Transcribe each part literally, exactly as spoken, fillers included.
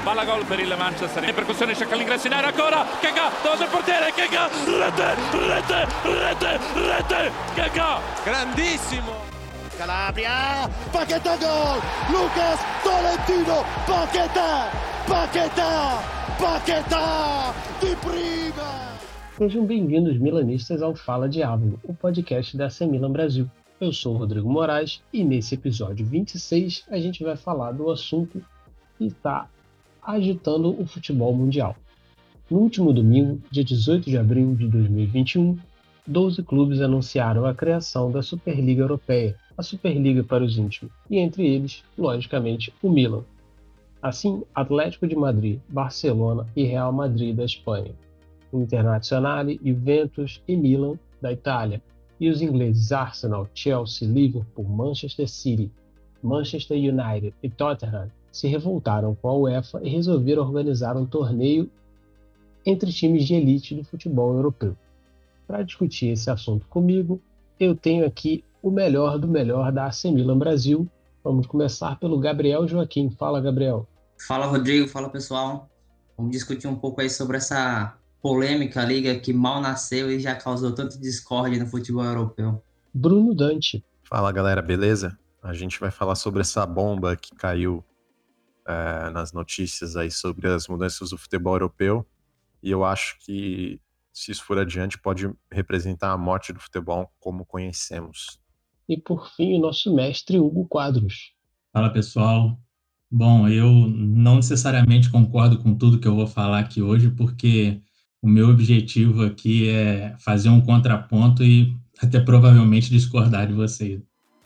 palla gol per il Manchester, in percussione cerca l'ingresso in area ancora, Kaká, davanti al portiere, Kaká, rete, rete, rete, rete, Kaká, grandissimo. Calabria, Paquetá gol, Lucas Tolentino, Paquetá, Paquetá, Paquetá, de prima. Sejam bem-vindos, milanistas, ao Fala Diabo, o podcast da A C Milan Brasil. Eu sou o Rodrigo Moraes e nesse episódio vinte e seis a gente vai falar do assunto que está agitando o futebol mundial. No último domingo, dia dezoito de abril de dois mil e vinte e um, doze clubes anunciaram a criação da Superliga Europeia, a Superliga para os íntimos, e entre eles, logicamente, o Milan. Assim, Atlético de Madrid, Barcelona e Real Madrid da Espanha, Internazionale, Juventus e Milan da Itália, e os ingleses Arsenal, Chelsea, Liverpool, Manchester City, Manchester United e Tottenham se revoltaram com a UEFA e resolveram organizar um torneio entre times de elite do futebol europeu. Para discutir esse assunto comigo, eu tenho aqui o melhor do melhor da A C Milan Brasil. Vamos começar pelo Gabriel Joaquim. Fala, Gabriel. Fala, Rodrigo. Fala, pessoal. Vamos discutir um pouco aí sobre essa polêmica liga que mal nasceu e já causou tanto discórdia no futebol europeu. Bruno Dante. Fala, galera, beleza? A gente vai falar sobre essa bomba que caiu é, nas notícias aí sobre as mudanças do futebol europeu, e eu acho que, se isso for adiante, pode representar a morte do futebol como conhecemos. E por fim, o nosso mestre Hugo Quadros. Fala, pessoal. Bom, eu não necessariamente concordo com tudo que eu vou falar aqui hoje, porque o meu objetivo aqui é fazer um contraponto e até provavelmente discordar de vocês.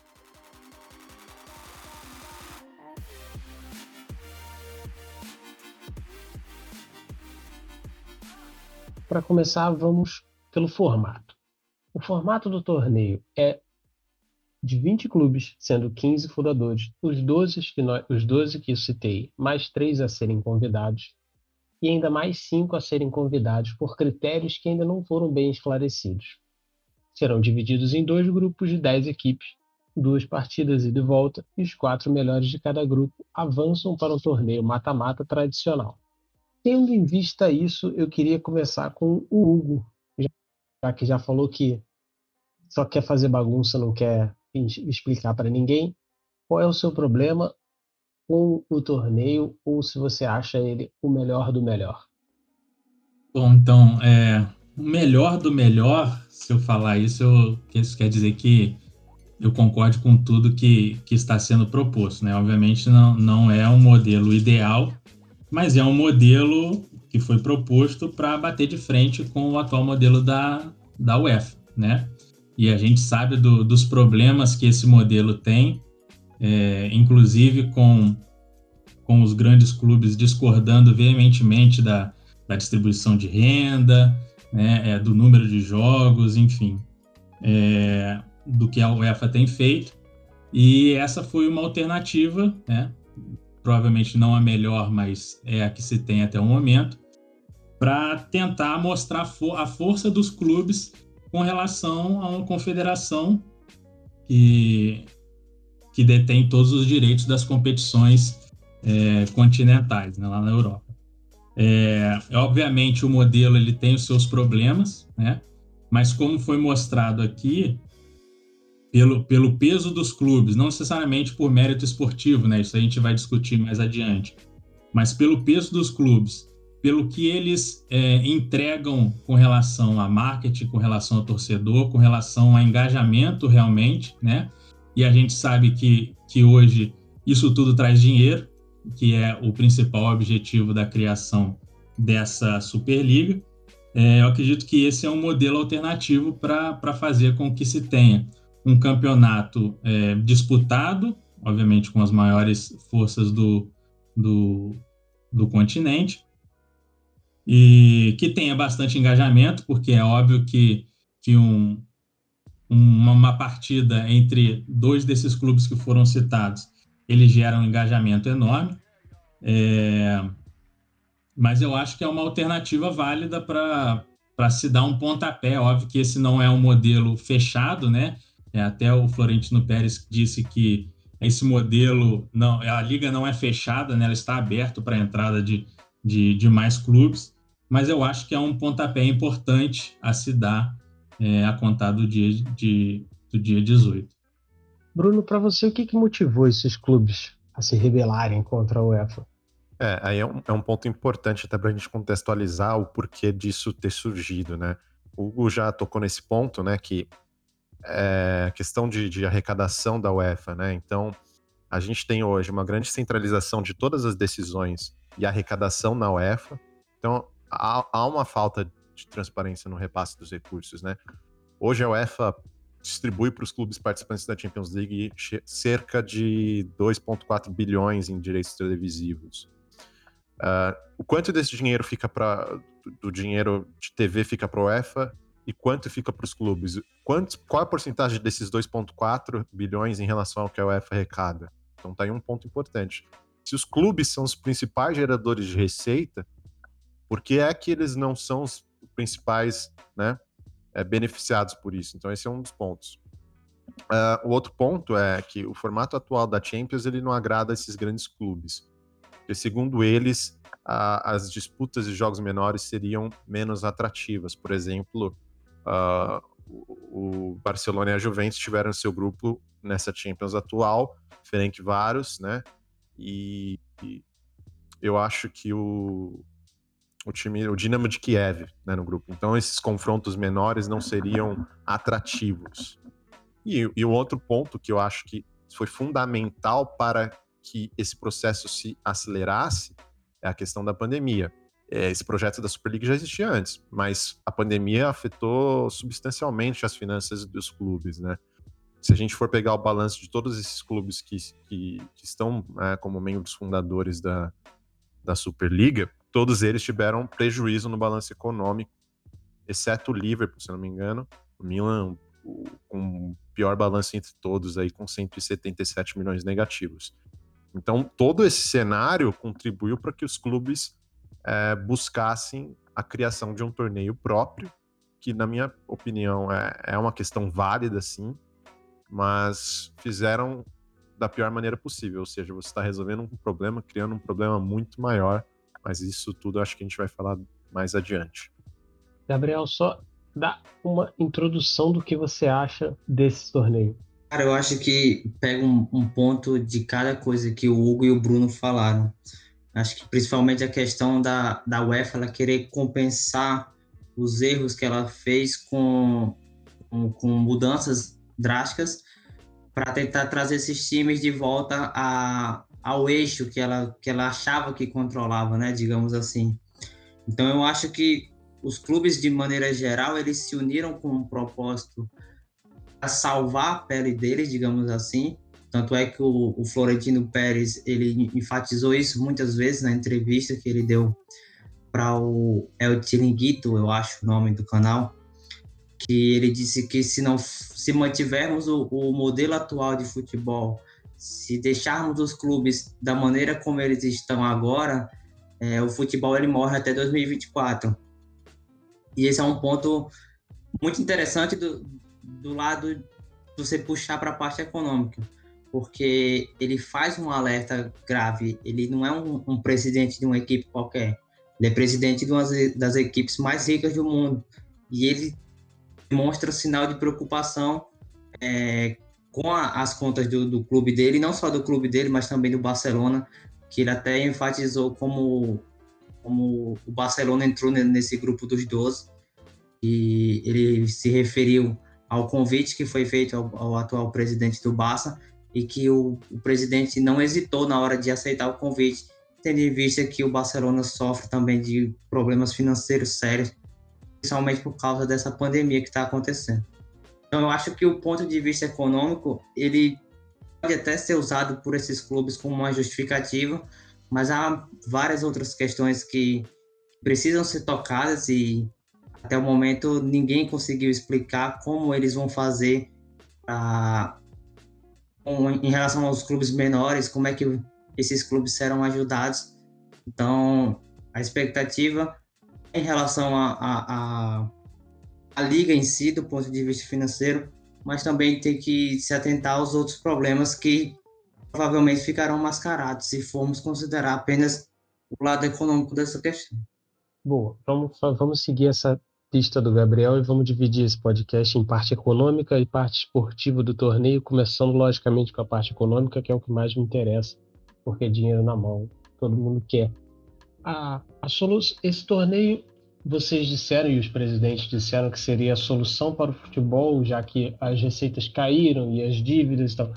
Para começar, vamos pelo formato. O formato do torneio é de vinte clubes, sendo quinze fundadores, os doze que, nós, os doze que eu citei, mais três a serem convidados, e ainda mais cinco a serem convidados por critérios que ainda não foram bem esclarecidos. Serão divididos em dois grupos de dez equipes, duas partidas ida e volta, e os quatro melhores de cada grupo avançam para um torneio mata-mata tradicional. Tendo em vista isso, eu queria começar com o Hugo, já que já falou que só quer fazer bagunça, não quer explicar para ninguém. Qual é o seu problema com o torneio, ou se você acha ele o melhor do melhor? Bom, então, é, o melhor do melhor, se eu falar isso, eu, isso quer dizer que eu concordo com tudo que, que está sendo proposto, né? Obviamente não, não é um modelo ideal, mas é um modelo que foi proposto para bater de frente com o atual modelo da, da UEFA, né? E a gente sabe do, dos problemas que esse modelo tem, é, inclusive com, com os grandes clubes discordando veementemente da, da distribuição de renda, né, é, do número de jogos, enfim, é, do que a UEFA tem feito. E essa foi uma alternativa, né, provavelmente não a melhor, mas é a que se tem até o momento, para tentar mostrar for- a força dos clubes com relação a uma confederação que, que detém todos os direitos das competições é, continentais, né, lá na Europa. É, obviamente o modelo ele tem os seus problemas, né, mas como foi mostrado aqui, pelo, pelo peso dos clubes, não necessariamente por mérito esportivo, né, isso a gente vai discutir mais adiante, mas pelo peso dos clubes, pelo que eles é, entregam com relação a marketing, com relação ao torcedor, com relação a engajamento realmente, né? E a gente sabe que, que hoje isso tudo traz dinheiro, que é o principal objetivo da criação dessa Superliga. É, eu acredito que esse é um modelo alternativo para fazer com que se tenha um campeonato é, disputado, obviamente com as maiores forças do, do, do continente, e que tenha bastante engajamento, porque é óbvio que, que um, uma, uma partida entre dois desses clubes que foram citados, ele gera um engajamento enorme, é, mas eu acho que é uma alternativa válida para se dar um pontapé. Óbvio que esse não é um modelo fechado, né? É, até o Florentino Pérez disse que, esse modelo, não, a liga não é fechada, né? Ela está aberta para a entrada de, de, de mais clubes, mas eu acho que é um pontapé importante a se dar é, a contar do dia, de, do dia dezoito. Bruno, para você, o que, que motivou esses clubes a se rebelarem contra a UEFA? É, aí é um, é um ponto importante até para a gente contextualizar o porquê disso ter surgido, né? O Hugo já tocou nesse ponto, né, que é questão de, de arrecadação da UEFA, né? Então, a gente tem hoje uma grande centralização de todas as decisões e arrecadação na UEFA. Então, há, há uma falta de transparência no repasse dos recursos, né? Hoje a UEFA distribui para os clubes participantes da Champions League cerca de dois vírgula quatro bilhões em direitos televisivos. Uh, o quanto desse dinheiro fica para do dinheiro de T V fica para a UEFA e quanto fica para os clubes? Quanto, qual a porcentagem desses dois vírgula quatro bilhões em relação ao que a UEFA arrecada? Então tá aí um ponto importante. Se os clubes são os principais geradores de receita, por que é que eles não são os principais, né, é, beneficiados por isso? Então esse é um dos pontos. Uh, o outro ponto é que o formato atual da Champions ele não agrada esses grandes clubes. Porque, segundo eles, a, as disputas de jogos menores seriam menos atrativas. Por exemplo, uh, o, o Barcelona e a Juventus tiveram seu grupo nessa Champions atual, Ferencváros, né? E, e eu acho que o, o time, o Dinamo de Kiev, né, no grupo. Então, esses confrontos menores não seriam atrativos. E, e o outro ponto que eu acho que foi fundamental para que esse processo se acelerasse é a questão da pandemia. Esse projeto da Super League já existia antes, mas a pandemia afetou substancialmente as finanças dos clubes, né? Se a gente for pegar o balanço de todos esses clubes que, que, que estão é, como membros fundadores da, da Superliga, todos eles tiveram prejuízo no balanço econômico, exceto o Liverpool, se eu não me engano. O Milan, o, com o pior balanço entre todos, aí, com cento e setenta e sete milhões negativos. Então, todo esse cenário contribuiu para que os clubes é, buscassem a criação de um torneio próprio, que, na minha opinião, é, é uma questão válida, sim, mas fizeram da pior maneira possível. Ou seja, você está resolvendo um problema, criando um problema muito maior, mas isso tudo eu acho que a gente vai falar mais adiante. Gabriel, só dá uma introdução do que você acha desse torneio. Cara, eu acho que pega um, um ponto de cada coisa que o Hugo e o Bruno falaram. Acho que principalmente a questão da, da UEFA ela querer compensar os erros que ela fez com, com, com mudanças drásticas para tentar trazer esses times de volta a, ao eixo que ela, que ela achava que controlava, né, digamos assim. Então eu acho que os clubes, de maneira geral, eles se uniram com um propósito a salvar a pele deles, digamos assim. Tanto é que o, o Florentino Pérez, ele enfatizou isso muitas vezes na entrevista que ele deu para o El Chiringuito, eu acho o nome do canal, que ele disse que se não se mantivermos o, o modelo atual de futebol, se deixarmos os clubes da maneira como eles estão agora, é, o futebol ele morre até dois mil e vinte e quatro. E esse é um ponto muito interessante do do lado de você puxar para a parte econômica, porque ele faz um alerta grave. Ele não é um, um presidente de uma equipe qualquer, ele é presidente de uma das equipes mais ricas do mundo, e ele demonstra sinal de preocupação é, com a, as contas do, do clube dele, não só do clube dele, mas também do Barcelona, que ele até enfatizou como, como o Barcelona entrou nesse grupo dos doze, e ele se referiu ao convite que foi feito ao, ao atual presidente do Barça e que o, o presidente não hesitou na hora de aceitar o convite, tendo em vista que o Barcelona sofre também de problemas financeiros sérios, principalmente por causa dessa pandemia que está acontecendo. Então eu acho que o ponto de vista econômico, ele pode até ser usado por esses clubes como uma justificativa, mas há várias outras questões que precisam ser tocadas e até o momento, ninguém conseguiu explicar como eles vão fazer pra, com, em relação aos clubes menores, como é que esses clubes serão ajudados. Então, a expectativa em relação à a, a, a, a liga em si, do ponto de vista financeiro, mas também tem que se atentar aos outros problemas que provavelmente ficarão mascarados se formos considerar apenas o lado econômico dessa questão. Boa, vamos, vamos seguir essa pista do Gabriel e vamos dividir esse podcast em parte econômica e parte esportiva do torneio, começando logicamente com a parte econômica, que é o que mais me interessa, porque é dinheiro na mão, todo mundo quer. A, a solu- esse torneio, vocês disseram e os presidentes disseram que seria a solução para o futebol, já que as receitas caíram e as dívidas e tal.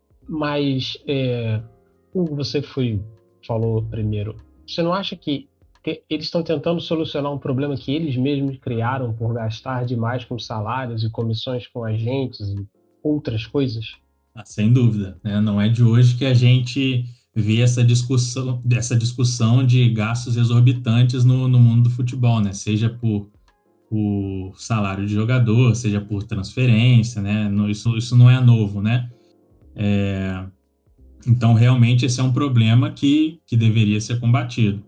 Mas, é, Hugo, você foi, falou primeiro, você não acha que te- eles estão tentando solucionar um problema que eles mesmos criaram por gastar demais com salários e comissões com agentes e outras coisas? Ah, sem dúvida, né? Não é de hoje que a gente vê essa discussão, essa discussão de gastos exorbitantes no, no mundo do futebol, né? Seja por, por salário de jogador, seja por transferência, né? Não- Isso, isso não é novo, né? É, então, realmente, esse é um problema que, que deveria ser combatido.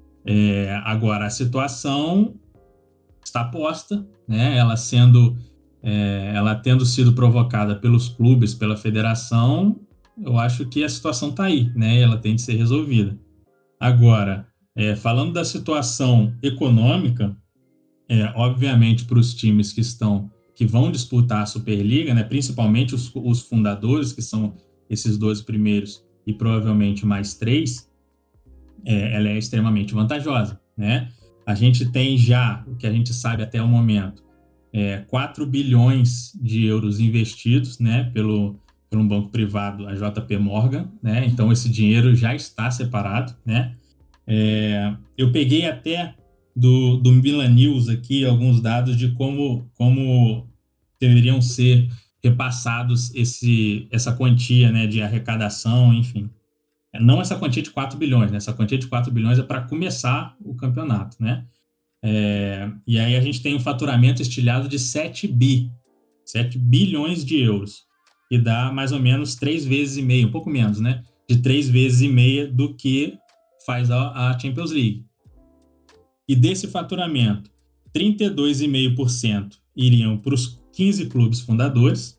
É, agora, a situação está posta, né? Ela sendo, é, ela tendo sido provocada pelos clubes, pela federação, eu acho que a situação está aí, né? Ela tem de ser resolvida. Agora, é, falando da situação econômica, é, obviamente para os times que estão, que vão disputar a Superliga, né? Principalmente os, os fundadores, que são esses doze primeiros e provavelmente mais três, é, ela é extremamente vantajosa, né? A gente tem já, o que a gente sabe até o momento, é, quatro bilhões de euros investidos, né, pelo, pelo um banco privado, a J P Morgan, né? Então esse dinheiro já está separado, né? É, eu peguei até do, do Milan News aqui alguns dados de como, como deveriam ser repassados esse, essa quantia, né, de arrecadação, enfim. Não essa quantia de quatro bilhões, né? Essa quantia de quatro bilhões é para começar o campeonato, né? É, e aí a gente tem um faturamento estilhado de sete bi, sete bilhões de euros, que dá mais ou menos três vezes e meia, um pouco menos, né? De três vezes e meia do que faz a, a Champions League. E desse faturamento, trinta e dois vírgula cinco por cento iriam para os quinze clubes fundadores,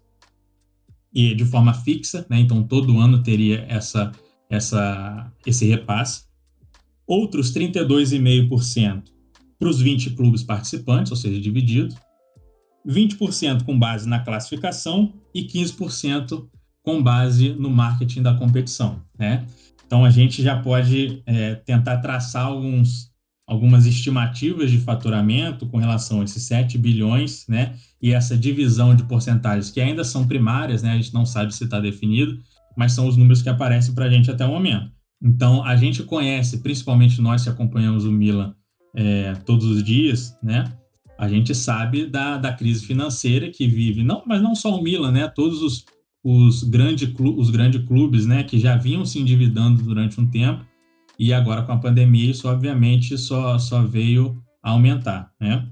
e de forma fixa, né? Então todo ano teria essa, essa, esse repasse. Outros trinta e dois vírgula cinco por cento para os vinte clubes participantes, ou seja, dividido, vinte por cento com base na classificação e quinze por cento com base no marketing da competição, né? Então a gente já pode é, tentar traçar alguns, algumas estimativas de faturamento com relação a esses sete bilhões, né? E essa divisão de porcentagens que ainda são primárias, né? A gente não sabe se está definido, mas são os números que aparecem para a gente até o momento. Então a gente conhece, principalmente nós que acompanhamos o Milan é, todos os dias, né? A gente sabe da, da crise financeira que vive, não, mas não só o Milan, né? Todos os, os, grande clu, os grandes clubes, né? Que já vinham se endividando durante um tempo e agora com a pandemia isso obviamente só, só veio a aumentar, né?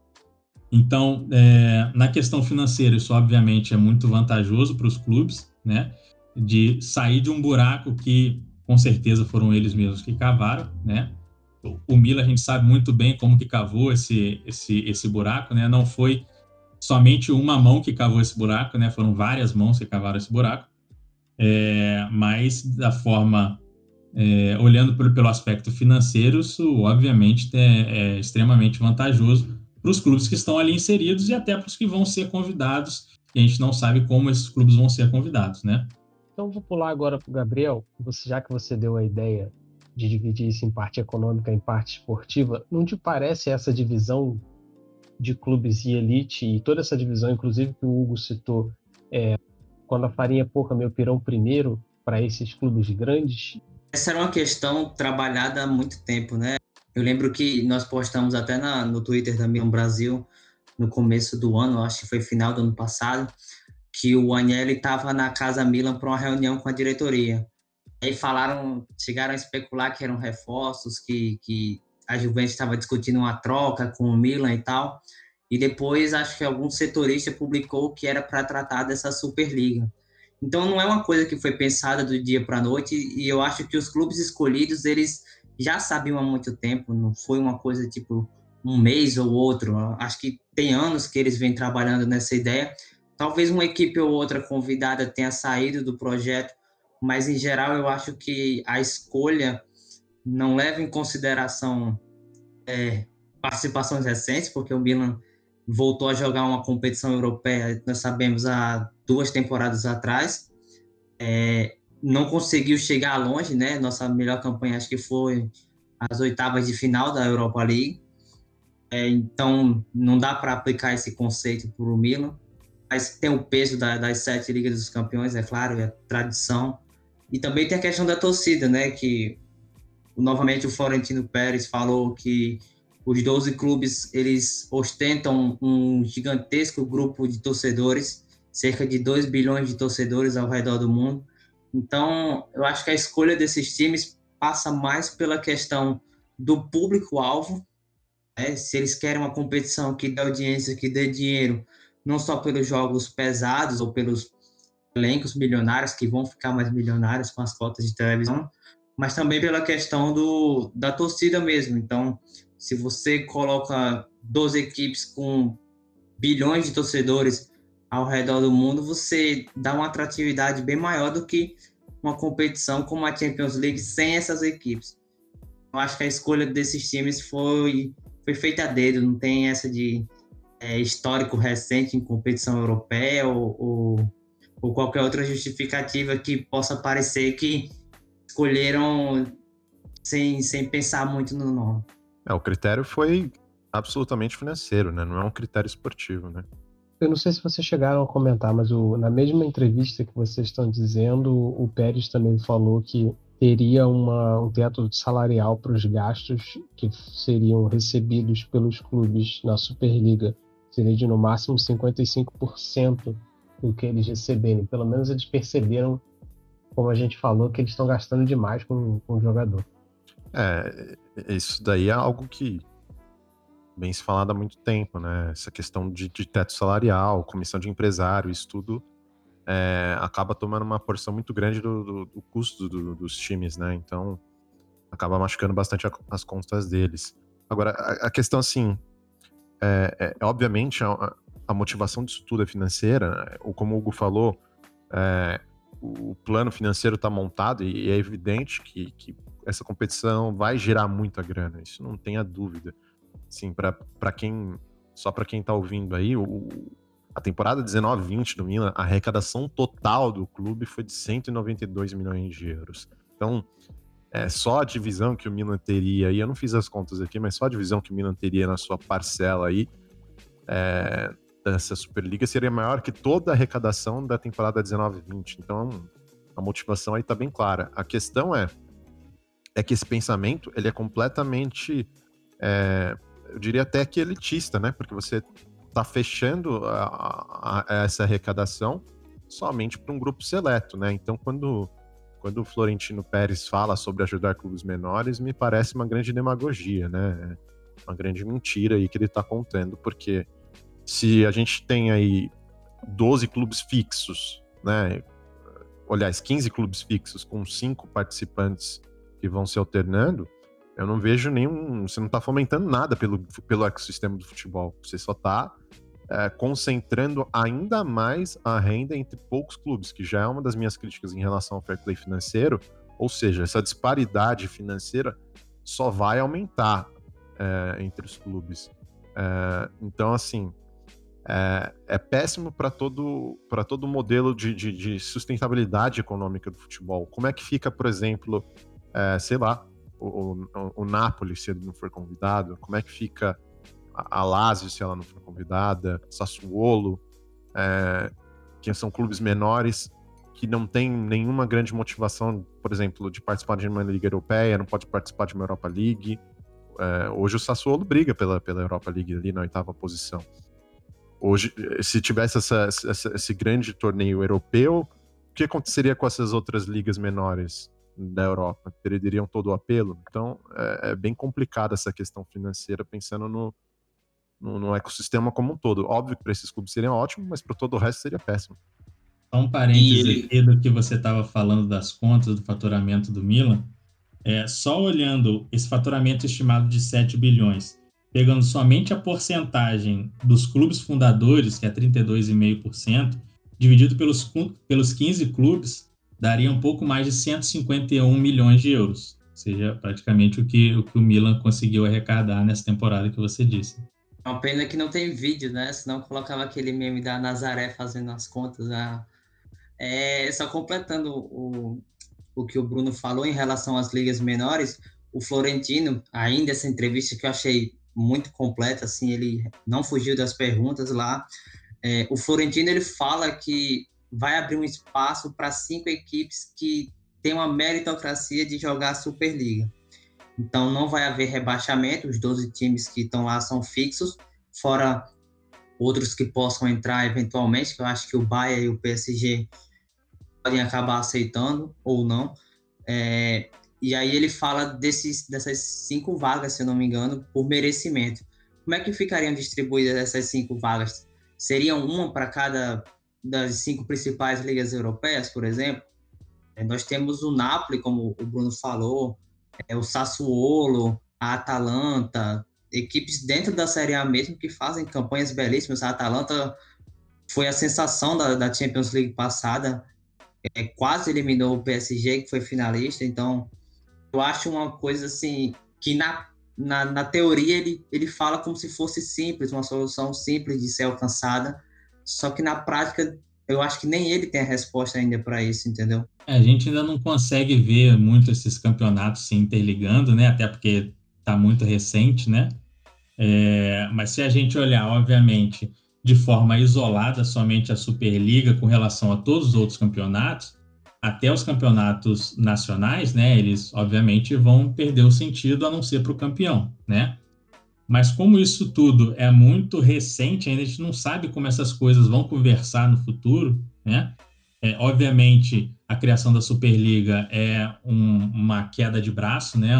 Então, é, na questão financeira, isso obviamente é muito vantajoso para os clubes, né? De sair de um buraco que com certeza foram eles mesmos que cavaram, né? O Milan a gente sabe muito bem como que cavou esse, esse, esse buraco, né? Não foi somente uma mão que cavou esse buraco, né? Foram várias mãos que cavaram esse buraco, é, mas da forma, é, olhando pelo, pelo aspecto financeiro, isso obviamente é, é extremamente vantajoso para os clubes que estão ali inseridos e até para os que vão ser convidados, e a gente não sabe como esses clubes vão ser convidados, né? Então vou pular agora para o Gabriel, você, já que você deu a ideia de dividir isso em parte econômica e em parte esportiva, não te parece essa divisão de clubes e elite e toda essa divisão, inclusive que o Hugo citou, é, quando a farinha pouca, meu pirão primeiro, para esses clubes grandes? Essa era uma questão trabalhada há muito tempo, né? Eu lembro que nós postamos até na, no Twitter da Milan Brasil, no começo do ano, acho que foi final do ano passado, que o Agnelli estava na Casa Milan para uma reunião com a diretoria. Aí falaram, chegaram a especular que eram reforços, que, que a Juventus estava discutindo uma troca com o Milan e tal. E depois, acho que algum setorista publicou que era para tratar dessa Superliga. Então, não é uma coisa que foi pensada do dia para a noite, e eu acho que os clubes escolhidos, eles já sabiam há muito tempo, não foi uma coisa tipo um mês ou outro. Acho que tem anos que eles vêm trabalhando nessa ideia. Talvez uma equipe ou outra convidada tenha saído do projeto mas em geral eu acho que a escolha não leva em consideração é, participações recentes, porque o Milan voltou a jogar uma competição europeia, nós sabemos, há duas temporadas atrás, é, não conseguiu chegar longe, né? Nossa melhor campanha acho que foi as oitavas de final da Europa League, é, então não dá para aplicar esse conceito para o Milan, mas tem o peso da, das sete Ligas dos Campeões, é claro, é tradição, e também tem a questão da torcida, né? Que novamente o Florentino Pérez falou que os doze clubes, eles ostentam um gigantesco grupo de torcedores, cerca de dois bilhões de torcedores ao redor do mundo. Então, eu acho que a escolha desses times passa mais pela questão do público-alvo, né? Se eles querem uma competição que dê audiência, que dê dinheiro, não só pelos jogos pesados ou pelos elencos milionários, que vão ficar mais milionários com as cotas de televisão, mas também pela questão do, da torcida mesmo. Então, se você coloca doze equipes com bilhões de torcedores ao redor do mundo, você dá uma atratividade bem maior do que uma competição como a Champions League sem essas equipes. Eu acho que a escolha desses times foi, foi feita a dedo, não tem essa de é, histórico recente em competição europeia ou, ou, ou qualquer outra justificativa que possa parecer que escolheram sem, sem pensar muito no nome. É, o critério foi absolutamente financeiro, né? Não é um critério esportivo, né? Eu não sei se vocês chegaram a comentar, mas o, na mesma entrevista que vocês estão dizendo, o Pérez também falou que teria uma, um teto salarial para os gastos que seriam recebidos pelos clubes na Superliga. Seria de no máximo cinquenta e cinco por cento do que eles receberem. Pelo menos eles perceberam, como a gente falou, que eles estão gastando demais com, com o jogador. É, isso daí é algo que vem se falado há muito tempo, né? Essa questão de, de teto salarial, comissão de empresário, isso tudo é, acaba tomando uma porção muito grande do, do, do custo do, dos times, né? Então, acaba machucando bastante a, as contas deles. Agora, a, a questão, assim, é, é, obviamente, a, a motivação disso tudo é financeira, ou como o Hugo falou, é, o plano financeiro está montado e é evidente que, que essa competição vai gerar muita grana, isso não tenha dúvida. Sim, para quem, só para quem tá ouvindo aí, o, a temporada dezenove vinte do Milan, a arrecadação total do clube foi de cento e noventa e dois milhões de euros. Então, é, só a divisão que o Milan teria, e eu não fiz as contas aqui, mas só a divisão que o Milan teria na sua parcela aí, é, dessa Superliga, seria maior que toda a arrecadação da temporada dezenove vinte. Então, a motivação aí tá bem clara. A questão é, é que esse pensamento, ele é completamente... É, eu diria até que elitista, né? Porque você está fechando a, a, a essa arrecadação somente para um grupo seleto, né? Então, quando, quando o Florentino Pérez fala sobre ajudar clubes menores, me parece uma grande demagogia, né? Uma grande mentira aí que ele está contando, porque se a gente tem aí doze clubes fixos, né? Aliás, quinze clubes fixos com cinco participantes que vão se alternando, eu não vejo nenhum... Você não está fomentando nada pelo, pelo ecossistema do futebol. Você só está é, concentrando ainda mais a renda entre poucos clubes, que já é uma das minhas críticas em relação ao fair play financeiro. Ou seja, essa disparidade financeira só vai aumentar é, entre os clubes. É, então, assim, é, é péssimo para todo para todo modelo de, de, de sustentabilidade econômica do futebol. Como é que fica, por exemplo, é, sei lá, O, o, o Napoli, se ele não for convidado, como é que fica a, a Lazio, se ela não for convidada, Sassuolo, é, que são clubes menores que não tem nenhuma grande motivação, por exemplo, de participar de uma Liga Europeia, não pode participar de uma Europa League. É, hoje o Sassuolo briga pela, pela Europa League ali na oitava posição. Hoje, se tivesse essa, essa, esse grande torneio europeu, o que aconteceria com essas outras ligas menores da Europa? Perderiam todo o apelo? Então é, é bem complicada essa questão financeira, pensando no, no, no ecossistema como um todo. Óbvio que para esses clubes seria ótimo, mas para todo o resto seria péssimo. Só um parênteses aqui do que você estava falando das contas do faturamento do Milan. É, só olhando esse faturamento estimado de sete bilhões, pegando somente a porcentagem dos clubes fundadores, que é trinta e dois vírgula cinco por cento, dividido pelos, pelos quinze clubes, daria um pouco mais de cento e cinquenta e um milhões de euros. Ou seja, praticamente o que o, que o Milan conseguiu arrecadar nessa temporada que você disse. É uma pena que não tem vídeo, né? Senão colocava aquele meme da Nazaré fazendo as contas. Né? É, só completando o, o que o Bruno falou em relação às ligas menores, o Florentino, ainda essa entrevista que eu achei muito completa, assim, ele não fugiu das perguntas lá. É, o Florentino, ele fala que vai abrir um espaço para cinco equipes que têm uma meritocracia de jogar a Superliga. Então, não vai haver rebaixamento, os doze times que estão lá são fixos, fora outros que possam entrar eventualmente, que eu acho que o Bayern e o P S G podem acabar aceitando ou não. É, e aí ele fala desses, dessas cinco vagas, se eu não me engano, por merecimento. Como é que ficariam distribuídas essas cinco vagas? Seriam uma para cada das cinco principais ligas europeias, por exemplo? É, nós temos o Napoli, como o Bruno falou, é, o Sassuolo, a Atalanta, equipes dentro da Série A mesmo que fazem campanhas belíssimas. A Atalanta foi a sensação da, da Champions League passada, é, quase eliminou o P S G, que foi finalista. Então, eu acho uma coisa assim, que na, na, na teoria ele, ele fala como se fosse simples, uma solução simples de ser alcançada, só que na prática eu acho que nem ele tem a resposta ainda para isso, entendeu? É, a gente ainda não consegue ver muito esses campeonatos se interligando, né? Até porque está muito recente, né? É, mas se a gente olhar, obviamente, de forma isolada, somente a Superliga com relação a todos os outros campeonatos, até os campeonatos nacionais, né? Eles, obviamente, vão perder o sentido a não ser para o campeão, né? Mas como isso tudo é muito recente, ainda a gente não sabe como essas coisas vão conversar no futuro, né? É, obviamente, a criação da Superliga é um, uma queda de braço, né?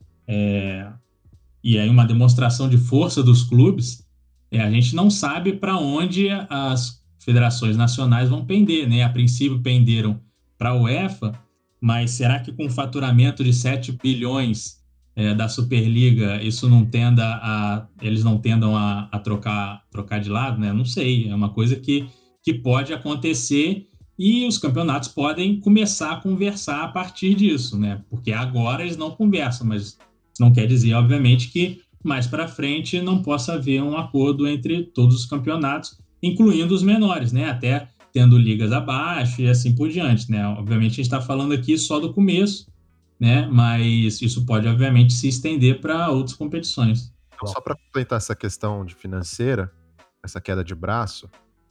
É, e aí uma demonstração de força dos clubes. É, a gente não sabe para onde as federações nacionais vão pender, né? A princípio penderam para a UEFA, mas será que com o faturamento de sete bilhões é, da Superliga, isso não tenda a, eles não tendam a, a trocar, trocar de lado, né? Não sei, é uma coisa que, que pode acontecer e os campeonatos podem começar a conversar a partir disso, né? Porque agora eles não conversam, mas isso não quer dizer, obviamente, que mais para frente não possa haver um acordo entre todos os campeonatos, incluindo os menores, né? Até tendo ligas abaixo e assim por diante, né? Obviamente a gente está falando aqui só do começo, né? Mas isso pode, obviamente, se estender para outras competições. Então, só para completar essa questão de financeira, essa queda de braço,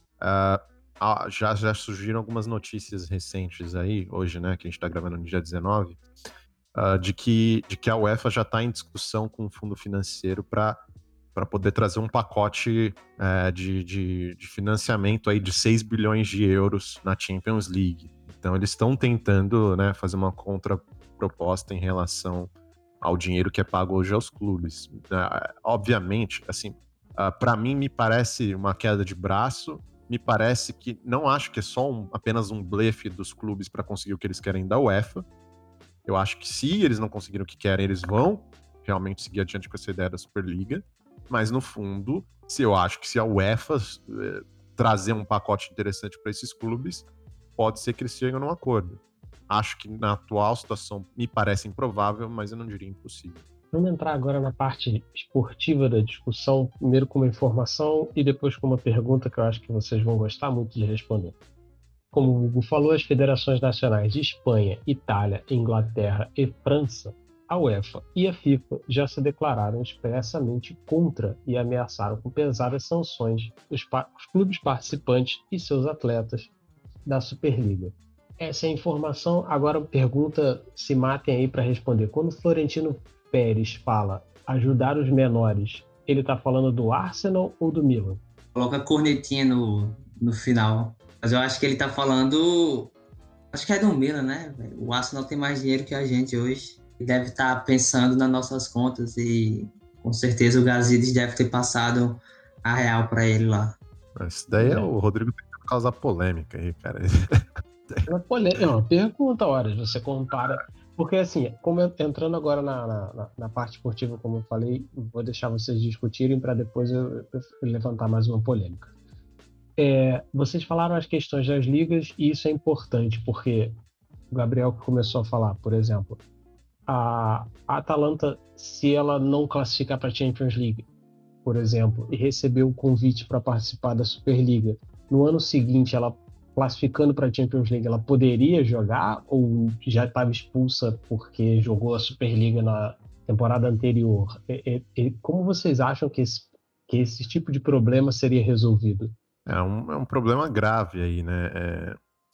uh, já, já surgiram algumas notícias recentes aí, hoje, né? Que a gente está gravando no dia dezenove, uh, de, que, de que a UEFA já está em discussão com o fundo financeiro para para poder trazer um pacote uh, de, de, de financiamento aí de seis bilhões de euros na Champions League. Então eles estão tentando, né, fazer uma contraproposta em relação ao dinheiro que é pago hoje aos clubes. Uh, obviamente, assim, uh, para mim me parece uma queda de braço, me parece que, não acho que é só um, apenas um blefe dos clubes para conseguir o que eles querem da UEFA. Eu acho que se eles não conseguirem o que querem, eles vão realmente seguir adiante com essa ideia da Superliga. Mas, no fundo, se eu acho que se a UEFA eh, trazer um pacote interessante para esses clubes, pode ser que eles cheguem num acordo. Acho que na atual situação me parece improvável, mas eu não diria impossível. Vamos entrar agora na parte esportiva da discussão, primeiro com uma informação e depois com uma pergunta que eu acho que vocês vão gostar muito de responder. Como o Hugo falou, as federações nacionais de Espanha, Itália, Inglaterra e França, a UEFA e a FIFA já se declararam expressamente contra e ameaçaram com pesadas sanções os, pa- os clubes participantes e seus atletas da Superliga. Essa é a informação. Agora pergunta, se matem aí para responder. Quando o Florentino Pérez fala ajudar os menores, ele está falando do Arsenal ou do Milan? Coloca a cornetinha no, no final. Mas eu acho que ele tá falando... Acho que é do Milan, né? O Arsenal tem mais dinheiro que a gente hoje. Deve estar pensando nas nossas contas e com certeza o Gazidis deve ter passado a real para ele lá. Isso daí é, é o Rodrigo tentando causar polêmica aí, cara. É uma, polê... é uma pergunta, horas, você compara. Porque assim, como eu, entrando agora na, na, na parte esportiva, como eu falei, vou deixar vocês discutirem para depois eu, eu levantar mais uma polêmica. É, vocês falaram as questões das ligas e isso é importante, porque o Gabriel que começou a falar, por exemplo, a, a Atalanta, se ela não classificar para a Champions League, por exemplo, e receber o convite para participar da Superliga, no ano seguinte, ela classificando para a Champions League, ela poderia jogar ou já estava expulsa porque jogou a Superliga na temporada anterior? E, e, como vocês acham que esse, que esse tipo de problema seria resolvido? É um, é um problema grave aí, né? É...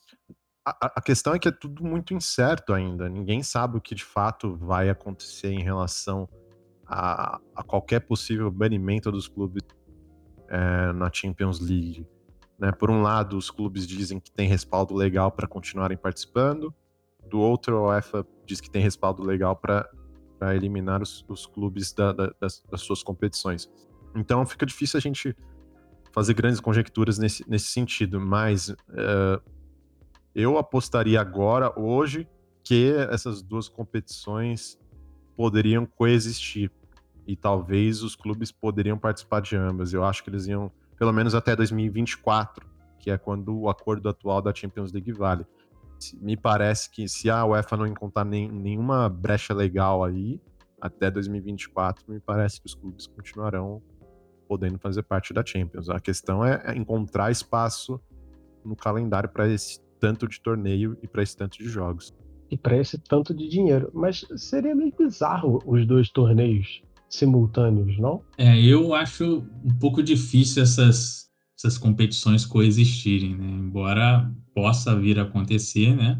A, a questão é que é tudo muito incerto ainda. Ninguém sabe o que de fato vai acontecer em relação a, a qualquer possível banimento dos clubes é, na Champions League. Né? Por um lado, os clubes dizem que tem respaldo legal para continuarem participando. Do outro, a UEFA diz que tem respaldo legal para eliminar os, os clubes da, da, das, das suas competições. Então fica difícil a gente fazer grandes conjecturas nesse, nesse sentido, mas uh, eu apostaria agora, hoje, que essas duas competições poderiam coexistir e talvez os clubes poderiam participar de ambas. Eu acho que eles iam, pelo menos até dois mil e vinte e quatro, que é quando o acordo atual da Champions League vale. Me parece que se a UEFA não encontrar nem, nenhuma brecha legal aí, até dois mil e vinte e quatro, me parece que os clubes continuarão podendo fazer parte da Champions. A questão é encontrar espaço no calendário para esse tanto de torneio e para esse tanto de jogos. E para esse tanto de dinheiro. Mas seria meio bizarro os dois torneios simultâneos, não? É, eu acho um pouco difícil essas, essas competições coexistirem, né? Embora possa vir a acontecer, né?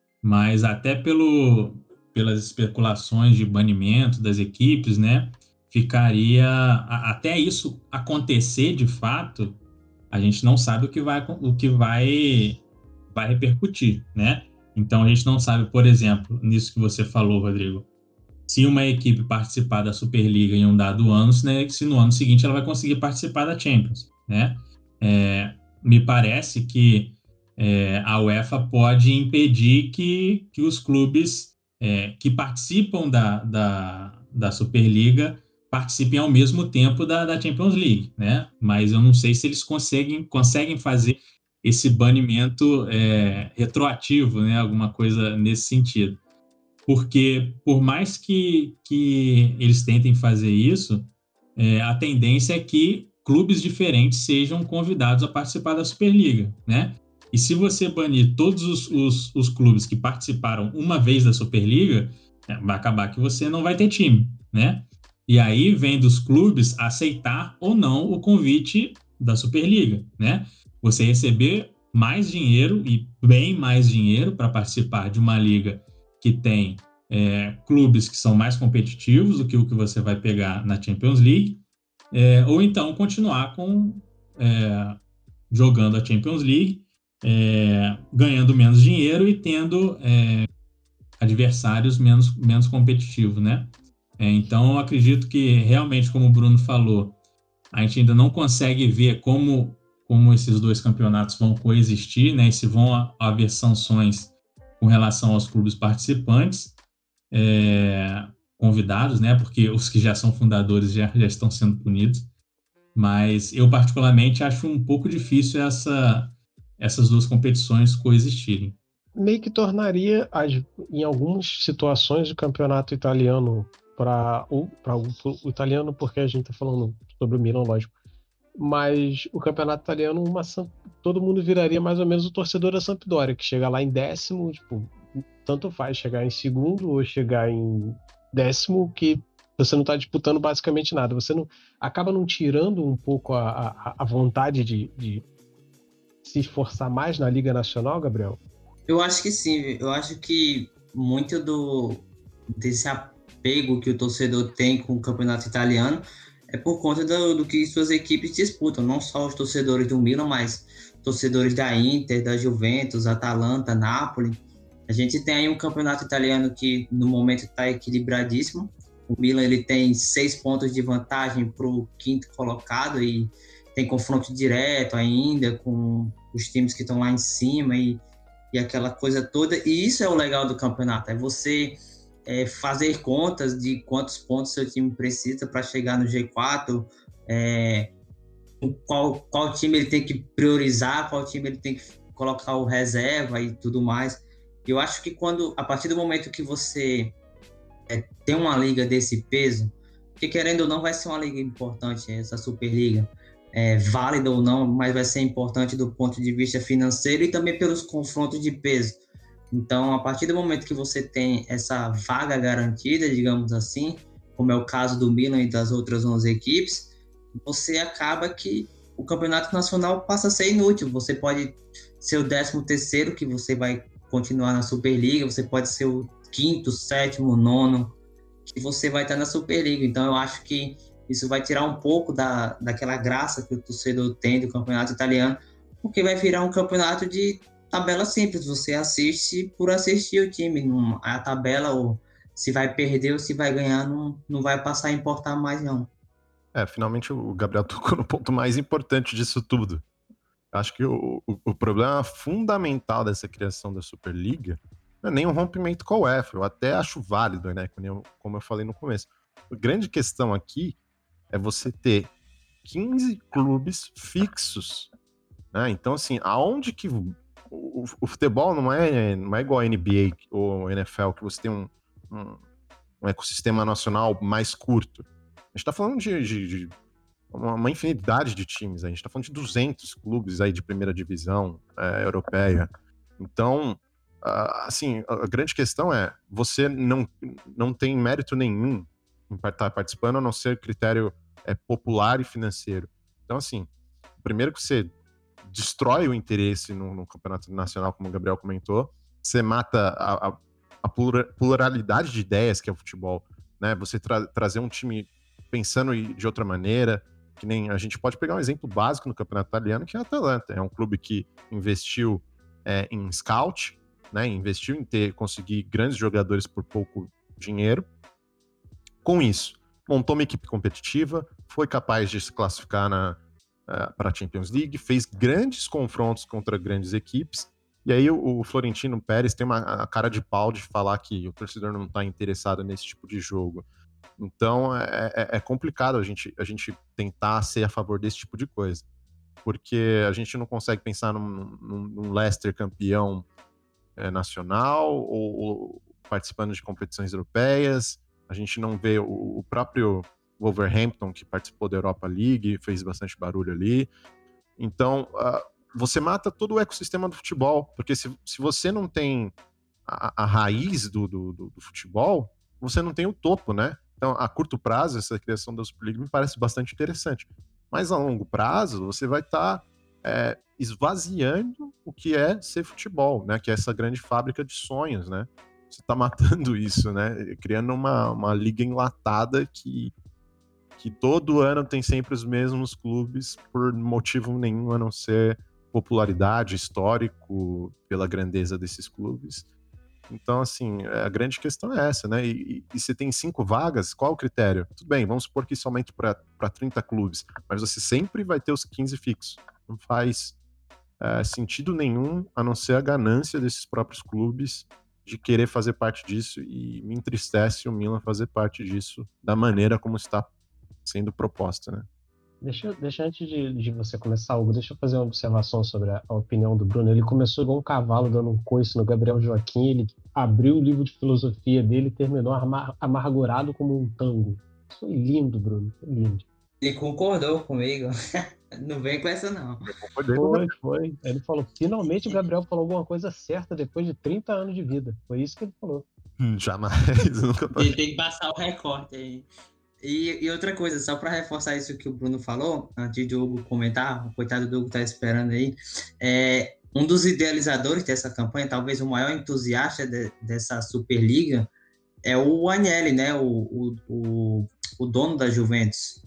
Mas até pelo, pelas especulações de banimento das equipes, né? Ficaria... Até isso acontecer de fato, a gente não sabe o que vai, o que vai, vai repercutir, né? Então a gente não sabe, por exemplo, nisso que você falou, Rodrigo, se uma equipe participar da Superliga em um dado ano, se, né, se no ano seguinte ela vai conseguir participar da Champions, né? É, me parece que é, a UEFA pode impedir que, que os clubes é, que participam da, da, da Superliga participem ao mesmo tempo da, da Champions League, né? Mas eu não sei se eles conseguem, conseguem fazer esse banimento é, retroativo, né? Alguma coisa nesse sentido. Porque, por mais que, que eles tentem fazer isso, é, a tendência é que clubes diferentes sejam convidados a participar da Superliga, né? E se você banir todos os, os, os clubes que participaram uma vez da Superliga, é, vai acabar que você não vai ter time, né? E aí vem dos clubes aceitar ou não o convite da Superliga, né? Você receber mais dinheiro e bem mais dinheiro para participar de uma liga que tem é, clubes que são mais competitivos do que o que você vai pegar na Champions League, é, ou então continuar com, é, jogando a Champions League, é, ganhando menos dinheiro e tendo é, adversários menos, menos competitivos, né? É, então, eu acredito que realmente, como o Bruno falou, a gente ainda não consegue ver como, como esses dois campeonatos vão coexistir, né? E se vão haver sanções com relação aos clubes participantes, é, convidados, né? Porque os que já são fundadores já, já estão sendo punidos. Mas eu, particularmente, acho um pouco difícil essa, essas duas competições coexistirem. Meio que tornaria, as, em algumas situações, o campeonato italiano para o, o, o italiano, porque a gente está falando sobre o Milan, lógico, mas o campeonato italiano, uma, todo mundo viraria mais ou menos o torcedor da Sampdoria, que chega lá em décimo, tipo, tanto faz chegar em segundo ou chegar em décimo, que você não está disputando basicamente nada. Você não acaba não tirando um pouco a, a, a vontade de, de se esforçar mais na Liga Nacional, Gabriel? Eu acho que sim. Eu acho que muito do, desse apego que o torcedor tem com o campeonato italiano é por conta do, do que suas equipes disputam. Não só os torcedores do Milan, mas torcedores da Inter, da Juventus, Atalanta, Napoli. A gente tem aí um campeonato italiano que no momento está equilibradíssimo. O Milan ele tem seis pontos de vantagem para o quinto colocado e tem confronto direto ainda com os times que estão lá em cima e, e aquela coisa toda. E isso é o legal do campeonato, é você é, fazer contas de quantos pontos seu time precisa para chegar no G quatro, é, qual, qual time ele tem que priorizar, qual time ele tem que colocar o reserva e tudo mais. Eu acho que quando, a partir do momento que você é, tem uma liga desse peso, que querendo ou não vai ser uma liga importante, essa Superliga, é, válida ou não, mas vai ser importante do ponto de vista financeiro e também pelos confrontos de peso. Então, a partir do momento que você tem essa vaga garantida, digamos assim, como é o caso do Milan e das outras onze equipes, você acaba que o campeonato nacional passa a ser inútil. Você pode ser o décimo terceiro, que você vai continuar na Superliga, você pode ser o quinto, sétimo, nono, que você vai estar na Superliga. Então eu acho que isso vai tirar um pouco da, daquela graça que o torcedor tem do campeonato italiano, porque vai virar um campeonato de tabela simples, você assiste por assistir o time, não, a tabela, ou se vai perder ou se vai ganhar, não, não vai passar a importar mais não. É, finalmente o Gabriel tocou no ponto mais importante disso tudo. Acho que o, o, o problema fundamental dessa criação da Superliga não é nem um rompimento com a UEFA. Eu até acho válido, né? Como eu falei no começo. A grande questão aqui é você ter quinze clubes fixos, né? Então, assim, aonde que... O, o, o futebol não é, não é igual a N B A ou N F L, que você tem um, um, um ecossistema nacional mais curto. A gente tá falando de... de, de uma infinidade de times, a gente tá falando de duzentos clubes aí de primeira divisão é, europeia. Então, uh, assim, a grande questão é, você não, não tem mérito nenhum em estar participando, a não ser critério é, popular e financeiro. Então, assim, primeiro que você destrói o interesse no, no campeonato nacional, como o Gabriel comentou, você mata a, a, a pluralidade de ideias que é o futebol, né? Você tra- trazer um time pensando de outra maneira, que nem a gente pode pegar um exemplo básico no campeonato italiano, que é a Atalanta. É um clube que investiu é, em scout, né, investiu em ter, conseguir grandes jogadores por pouco dinheiro. Com isso, montou uma equipe competitiva, foi capaz de se classificar na, uh, para a Champions League, fez grandes confrontos contra grandes equipes, e aí o, o Florentino Pérez tem uma a cara de pau de falar que o torcedor não está interessado nesse tipo de jogo. Então é, é, é complicado a gente, a gente tentar ser a favor desse tipo de coisa, porque a gente não consegue pensar num, num, num Leicester campeão é, nacional ou, ou participando de competições europeias. A gente não vê o, o próprio Wolverhampton, que participou da Europa League, fez bastante barulho ali. Então uh, você mata todo o ecossistema do futebol, porque se, se você não tem a, a raiz do, do, do, do futebol, você não tem o topo, né? Então, a curto prazo, essa criação da Superliga me parece bastante interessante. Mas a longo prazo, você vai estar tá, é, esvaziando o que é ser futebol, né? Que é essa grande fábrica de sonhos, né? Você está matando isso, né? Criando uma, uma liga enlatada que, que todo ano tem sempre os mesmos clubes por motivo nenhum a não ser popularidade, histórico, pela grandeza desses clubes. Então, assim, a grande questão é essa, né? E, e se tem cinco vagas, qual o critério? Tudo bem, vamos supor que isso aumente para trinta clubes, mas você sempre vai ter os quinze fixos. Não faz é, sentido nenhum, a não ser a ganância desses próprios clubes de querer fazer parte disso, e me entristece o Milan fazer parte disso da maneira como está sendo proposta, né? Deixa, deixa antes de, de você começar, Hugo, deixa eu fazer uma observação sobre a, a opinião do Bruno. Ele começou igual um cavalo dando um coice no Gabriel Joaquim, ele abriu o livro de filosofia dele e terminou amar, amargurado como um tango. Foi lindo, Bruno, foi lindo. Ele concordou comigo. Não vem com essa, não. Foi, foi. Ele falou, finalmente o Gabriel falou alguma coisa certa depois de trinta anos de vida. Foi isso que ele falou. Hum, jamais. Nunca Ele tem que passar o recorte aí. E, e outra coisa, só para reforçar isso que o Bruno falou, antes de o Hugo comentar, o coitado do Hugo tá esperando aí, é, um dos idealizadores dessa campanha, talvez o maior entusiasta de, dessa Superliga, é o Agnelli, né, o, o, o, o dono da Juventus.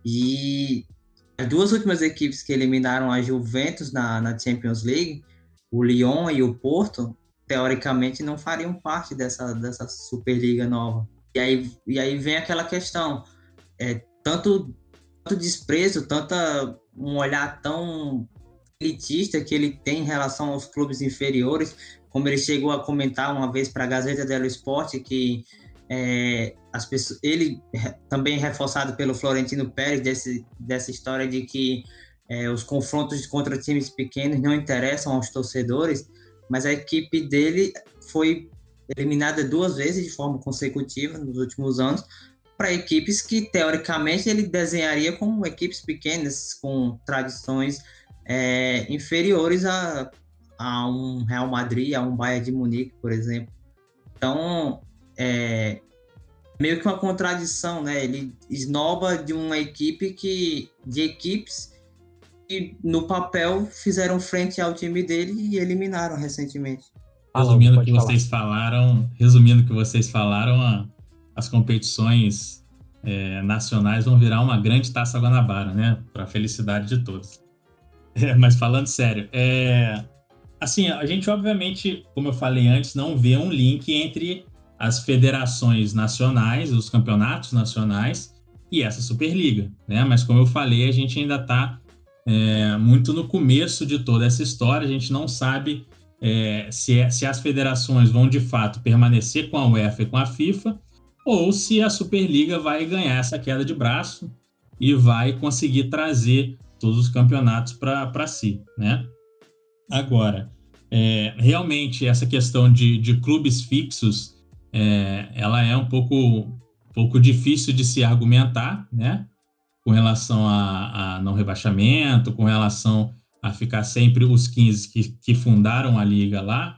E as duas últimas equipes que eliminaram a Juventus na, na Champions League, o Lyon e o Porto, teoricamente não fariam parte dessa, dessa Superliga nova. E aí, e aí vem aquela questão, é, tanto, tanto desprezo, tanta, um olhar tão elitista que ele tem em relação aos clubes inferiores, como ele chegou a comentar uma vez para a Gazeta dello Sport, que é, as pessoas, ele também reforçado pelo Florentino Pérez, desse, dessa história de que é, os confrontos contra times pequenos não interessam aos torcedores. mas a equipe dele foi eliminada duas vezes de forma consecutiva nos últimos anos, para equipes que, teoricamente, ele desenharia como equipes pequenas, com tradições é, inferiores a, a um Real Madrid, a um Bayern de Munique, por exemplo. Então, é meio que uma contradição, né? Ele esnoba de uma equipe que, de equipes que, no papel, fizeram frente ao time dele e eliminaram recentemente. Resumindo o que vocês falaram, resumindo o que vocês falaram, a, as competições é, nacionais vão virar uma grande Taça Guanabara, né? Para a felicidade de todos. É, mas falando sério, é, assim, a gente obviamente, como eu falei antes, não vê um link entre as federações nacionais, os campeonatos nacionais e essa Superliga, né? Mas como eu falei, a gente ainda está é, muito no começo de toda essa história, a gente não sabe É, se, é, se as federações vão de fato permanecer com a UEFA e com a FIFA, ou se a Superliga vai ganhar essa queda de braço e vai conseguir trazer todos os campeonatos para si, né? Agora, é, realmente essa questão de, de clubes fixos, é, ela é um pouco, um pouco difícil de se argumentar, né? Com relação a, a não rebaixamento, com relação a ficar sempre os quinze que, que fundaram a liga lá.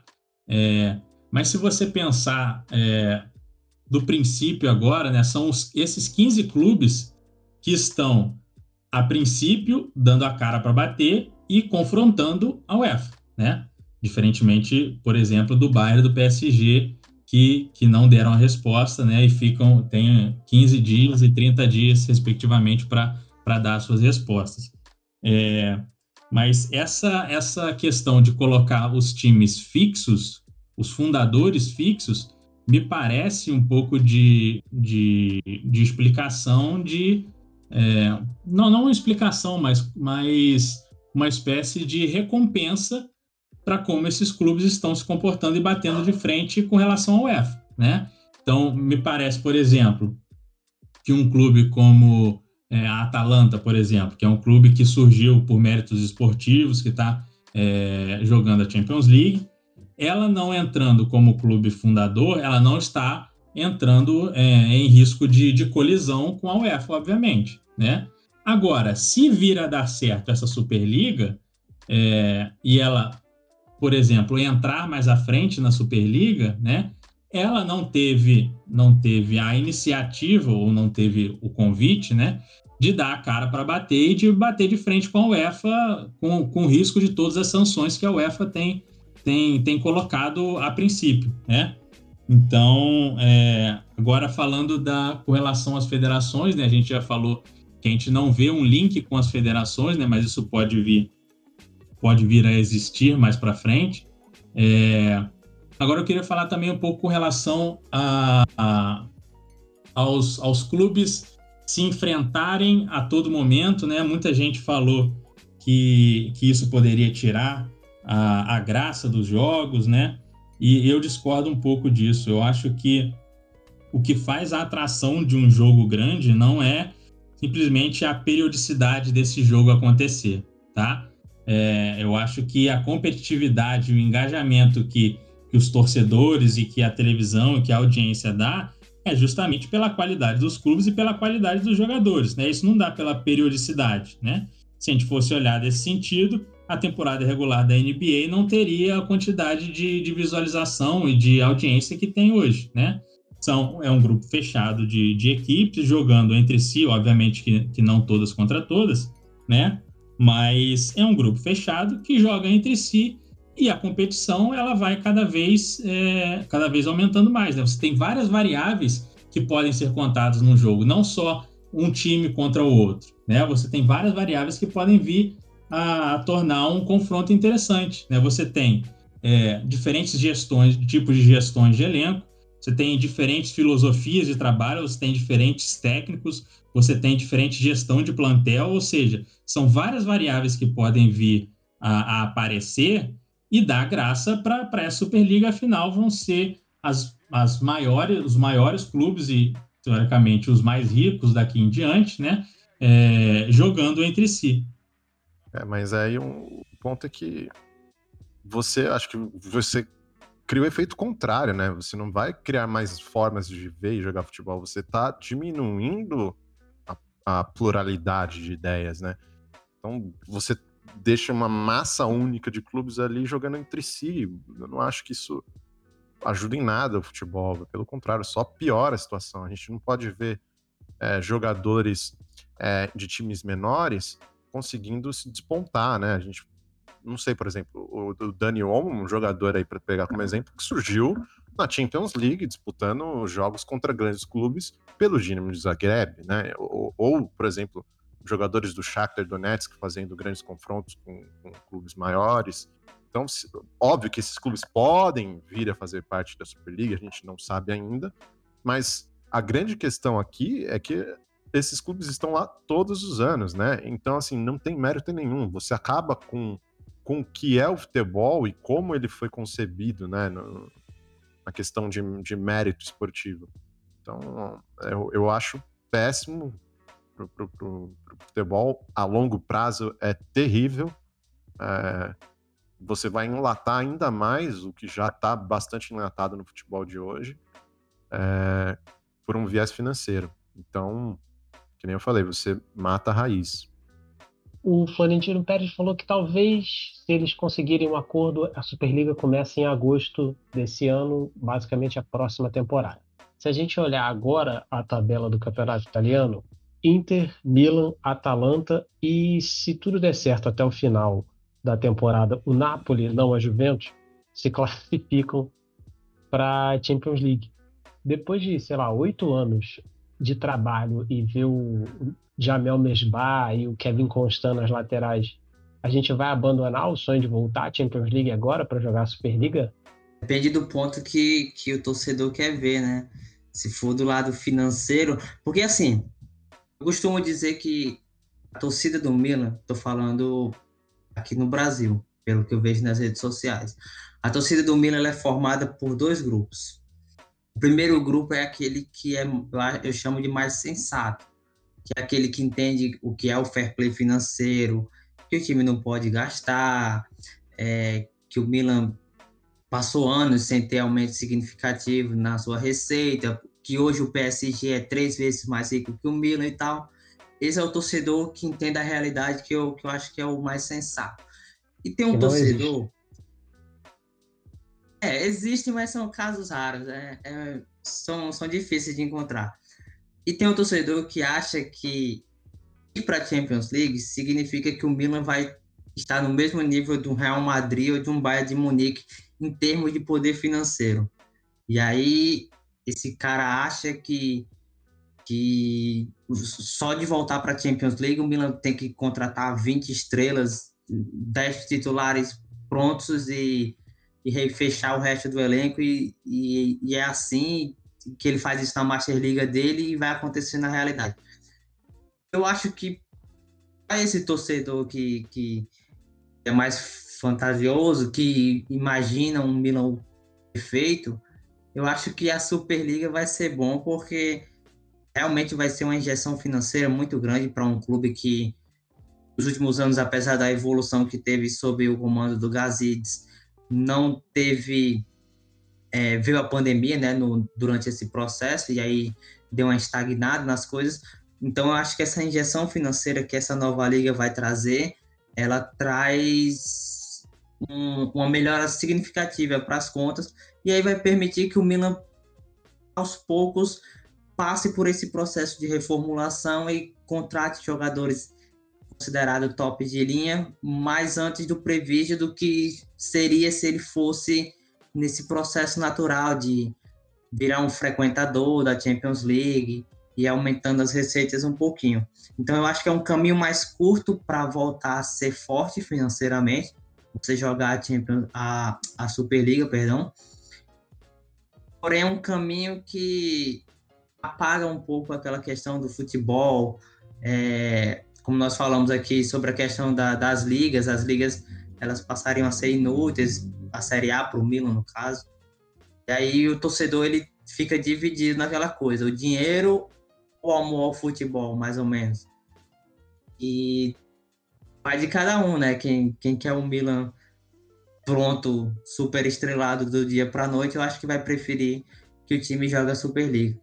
É, mas se você pensar é, do princípio agora, né, são os, esses quinze clubes que estão, a princípio, dando a cara para bater e confrontando a UEFA, né? Diferentemente, por exemplo, do Bayern e do P S G, que, que não deram a resposta, né, e ficam, tem quinze dias e trinta dias, respectivamente, para dar suas respostas. É, Mas essa, essa questão de colocar os times fixos, os fundadores fixos, me parece um pouco de, de, de explicação de... É, não, não uma explicação, mas, mas uma espécie de recompensa para como esses clubes estão se comportando e batendo de frente com relação ao UEFA, né? Então, me parece, por exemplo, que um clube como... É, a Atalanta, por exemplo, que é um clube que surgiu por méritos esportivos, que está é, jogando a Champions League, ela não entrando como clube fundador, ela não está entrando é, em risco de, de colisão com a UEFA, obviamente, né? Agora, se vir a dar certo essa Superliga, é, e ela, por exemplo, entrar mais à frente na Superliga, né? Ela não teve, não teve a iniciativa ou não teve o convite, né, de dar a cara para bater e de bater de frente com a UEFA, com, com o risco de todas as sanções que a UEFA tem, tem, tem colocado a princípio, né? Então, é, agora falando da, com relação às federações, né, a gente já falou que a gente não vê um link com as federações, né, mas isso pode vir, pode vir a existir mais para frente. É, Agora eu queria falar também um pouco com relação a, a, aos, aos clubes se enfrentarem a todo momento, né? Muita gente falou que, que isso poderia tirar a, a graça dos jogos, né? E eu discordo um pouco disso. Eu acho que o que faz a atração de um jogo grande não é simplesmente a periodicidade desse jogo acontecer, tá? É, eu acho que a competitividade, o engajamento que que os torcedores e que a televisão e que a audiência dá é justamente pela qualidade dos clubes e pela qualidade dos jogadores, né? Isso não dá pela periodicidade, né? Se a gente fosse olhar desse sentido, a temporada regular da N B A não teria a quantidade de, de visualização e de audiência que tem hoje, né? São, é um grupo fechado de, de equipes jogando entre si, obviamente que, que não todas contra todas, né? Mas é um grupo fechado que joga entre si. E a competição ela vai cada vez, é, cada vez aumentando mais, né? Você tem várias variáveis que podem ser contadas num jogo, não só um time contra o outro, né? Você tem várias variáveis que podem vir a, a tornar um confronto interessante, né? Você tem é, diferentes gestões, tipos de gestões de elenco, você tem diferentes filosofias de trabalho, você tem diferentes técnicos, você tem diferente gestão de plantel, ou seja, são várias variáveis que podem vir a, a aparecer e dar graça para essa Superliga, afinal vão ser as, as maiores, os maiores clubes e, teoricamente, os mais ricos daqui em diante, né, é, jogando entre si. É, mas aí um ponto é que você, acho que você cria o efeito contrário, né? Você não vai criar mais formas de ver e jogar futebol, você tá diminuindo a, a pluralidade de ideias, né? Então, você deixa uma massa única de clubes ali jogando entre si. Eu não acho que isso ajuda em nada o futebol, pelo contrário, só piora a situação. A gente não pode ver é, jogadores é, de times menores conseguindo se despontar, né? A gente, não sei, por exemplo, o, o Dani Olmo, um jogador aí para pegar como exemplo, que surgiu na Champions League, disputando jogos contra grandes clubes pelo Dinamo de Zagreb, né? Ou, ou, por exemplo, jogadores do Shakhtar Donetsk fazendo grandes confrontos com, com clubes maiores. Então, se, óbvio que esses clubes podem vir a fazer parte da Superliga, a gente não sabe ainda, mas a grande questão aqui é que esses clubes estão lá todos os anos, né? Então, assim, não tem mérito nenhum. Você acaba com, com o que é o futebol e como ele foi concebido, né? No, na questão de, de mérito esportivo. Então, eu, eu acho péssimo pro, pro, pro, pro futebol. A longo prazo é terrível. É, você vai enlatar ainda mais o que já está bastante enlatado no futebol de hoje, é, por um viés financeiro. Então, que nem eu falei, você mata a raiz. O Florentino Pérez falou que talvez, se eles conseguirem um acordo, a Superliga comece em agosto desse ano, basicamente a próxima temporada. Se a gente olhar agora a tabela do Campeonato Italiano, Inter, Milan, Atalanta e, se tudo der certo até o final da temporada, o Napoli, não a Juventus, se classificam para a Champions League. Depois de, sei lá, oito anos de trabalho e ver o Jamel Mesbah e o Kevin Constant nas laterais, a gente vai abandonar o sonho de voltar à Champions League agora para jogar a Superliga? Depende do ponto que, que o torcedor quer ver, né? Se for do lado financeiro, porque assim, eu costumo dizer que a torcida do Milan, tô falando aqui no Brasil, pelo que eu vejo nas redes sociais, a torcida do Milan ela é formada por dois grupos. O primeiro grupo é aquele que é, eu chamo de mais sensato, que é aquele que entende o que é o fair play financeiro, que o time não pode gastar, é, que o Milan passou anos sem ter aumento significativo na sua receita, que hoje o P S G é três vezes mais rico que o Milan e tal. Esse é o torcedor que entende a realidade, que eu, que eu acho que é o mais sensato. E tem um Que não torcedor... existe. É, existem, mas são casos raros, é, é, são, são difíceis de encontrar. E tem um torcedor que acha que ir para a Champions League significa que o Milan vai estar no mesmo nível de um Real Madrid ou de um Bayern de Munique em termos de poder financeiro. E aí esse cara acha que, que só de voltar para a Champions League o Milan tem que contratar vinte estrelas, dez titulares prontos e, e fechar o resto do elenco, e, e, e é assim que ele faz isso na Master Liga dele e vai acontecer na realidade. Eu acho que para esse torcedor que, que é mais fantasioso, que imagina um Milan perfeito, eu acho que a Superliga vai ser bom, porque realmente vai ser uma injeção financeira muito grande para um clube que, nos últimos anos, apesar da evolução que teve sob o comando do Gazidis, não teve... É, veio a pandemia, né, no, durante esse processo, e aí deu uma estagnada nas coisas. Então, eu acho que essa injeção financeira que essa nova liga vai trazer, ela traz um, uma melhora significativa para as contas, e aí vai permitir que o Milan, aos poucos, passe por esse processo de reformulação e contrate jogadores considerados top de linha, mais antes do previsto do que seria se ele fosse nesse processo natural de virar um frequentador da Champions League e aumentando as receitas um pouquinho. Então, eu acho que é um caminho mais curto para voltar a ser forte financeiramente, você jogar a, Champions, a, a Superliga, perdão. Porém, é um caminho que apaga um pouco aquela questão do futebol, é, como nós falamos aqui sobre a questão da, das ligas, as ligas elas passariam a ser inúteis, a Série A para o Milan, no caso. E aí o torcedor ele fica dividido naquela coisa, o dinheiro ou o amor ao futebol, mais ou menos. E vai de cada um, né? Quem, quem quer o Milan pronto, super estrelado do dia para a noite, eu acho que vai preferir que o time jogue a Superliga.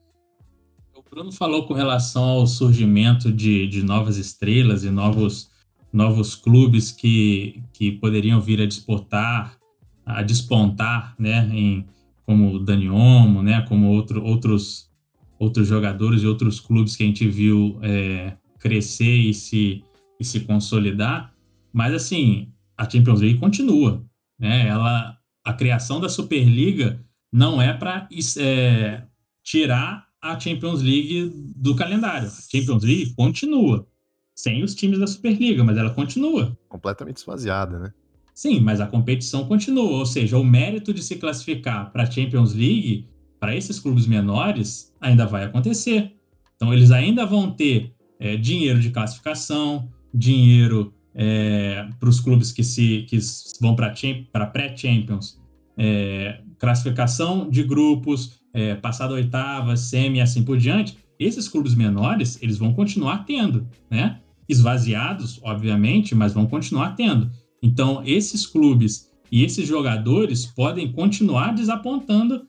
O Bruno falou com relação ao surgimento de, de novas estrelas e novos, novos clubes que, que poderiam vir a disputar, a despontar, né, em, como o Dani Olmo, né, como outro, outros, outros jogadores e outros clubes que a gente viu é, crescer e se, e se consolidar. Mas, assim, a Champions League continua, né? Ela, a criação da Superliga não é para é, tirar a Champions League do calendário. A Champions League continua, sem os times da Superliga, mas ela continua. Completamente esvaziada, né? Sim, mas a competição continua, ou seja, o mérito de se classificar para a Champions League, para esses clubes menores, ainda vai acontecer. Então, eles ainda vão ter é, dinheiro de classificação, dinheiro é, para os clubes que, se, que vão para a pré-Champions, é, classificação de grupos, é, passada oitava, semi e assim por diante. Esses clubes menores, eles vão continuar tendo, né? Esvaziados, obviamente, mas vão continuar tendo. Então, esses clubes e esses jogadores podem continuar desapontando,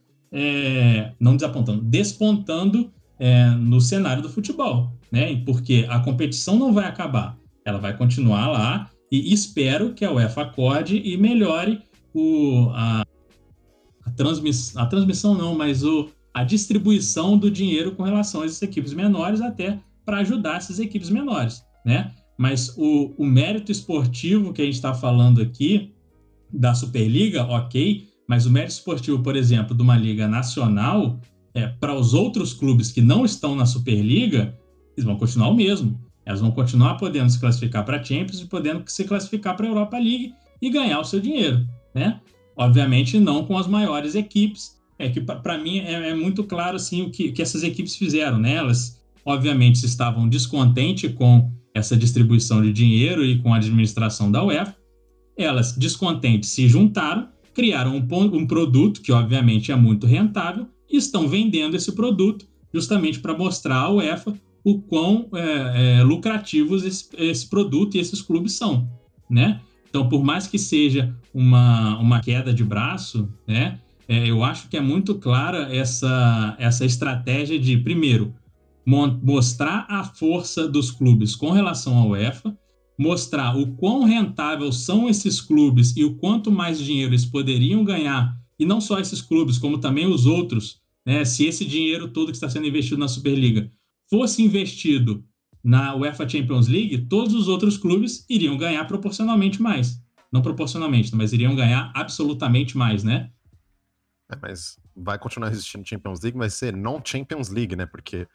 é, não desapontando, despontando é, no cenário do futebol, né? Porque a competição não vai acabar, ela vai continuar lá e espero que a UEFA acorde e melhore o, a, a, transmiss, a transmissão, não, mas o, a distribuição do dinheiro com relação às equipes menores, até para ajudar essas equipes menores, né? Mas o, o mérito esportivo que a gente está falando aqui, da Superliga, ok, mas o mérito esportivo, por exemplo, de uma liga nacional, é, para os outros clubes que não estão na Superliga, eles vão continuar o mesmo. Elas vão continuar podendo se classificar para a Champions e podendo se classificar para a Europa League e ganhar o seu dinheiro, né? Obviamente não com as maiores equipes, é que para mim é, é muito claro assim, o que, que essas equipes fizeram, né? Elas, obviamente, estavam descontentes com essa distribuição de dinheiro e com a administração da UEFA. Elas, descontentes, se juntaram, criaram um, um produto que, obviamente, é muito rentável e estão vendendo esse produto justamente para mostrar à UEFA o quão é, é, lucrativos esse, esse produto e esses clubes são, né? Então, por mais que seja uma, uma queda de braço, né, é, eu acho que é muito clara essa, essa estratégia de, primeiro, mostrar a força dos clubes com relação à UEFA, mostrar o quão rentáveis são esses clubes e o quanto mais dinheiro eles poderiam ganhar, e não só esses clubes, como também os outros, né? Se esse dinheiro todo que está sendo investido na Superliga fosse investido na UEFA Champions League, todos os outros clubes iriam ganhar proporcionalmente mais. Não proporcionalmente, mas iriam ganhar absolutamente mais, né? É, mas vai continuar existindo Champions League, vai ser non-Champions League, né? Porque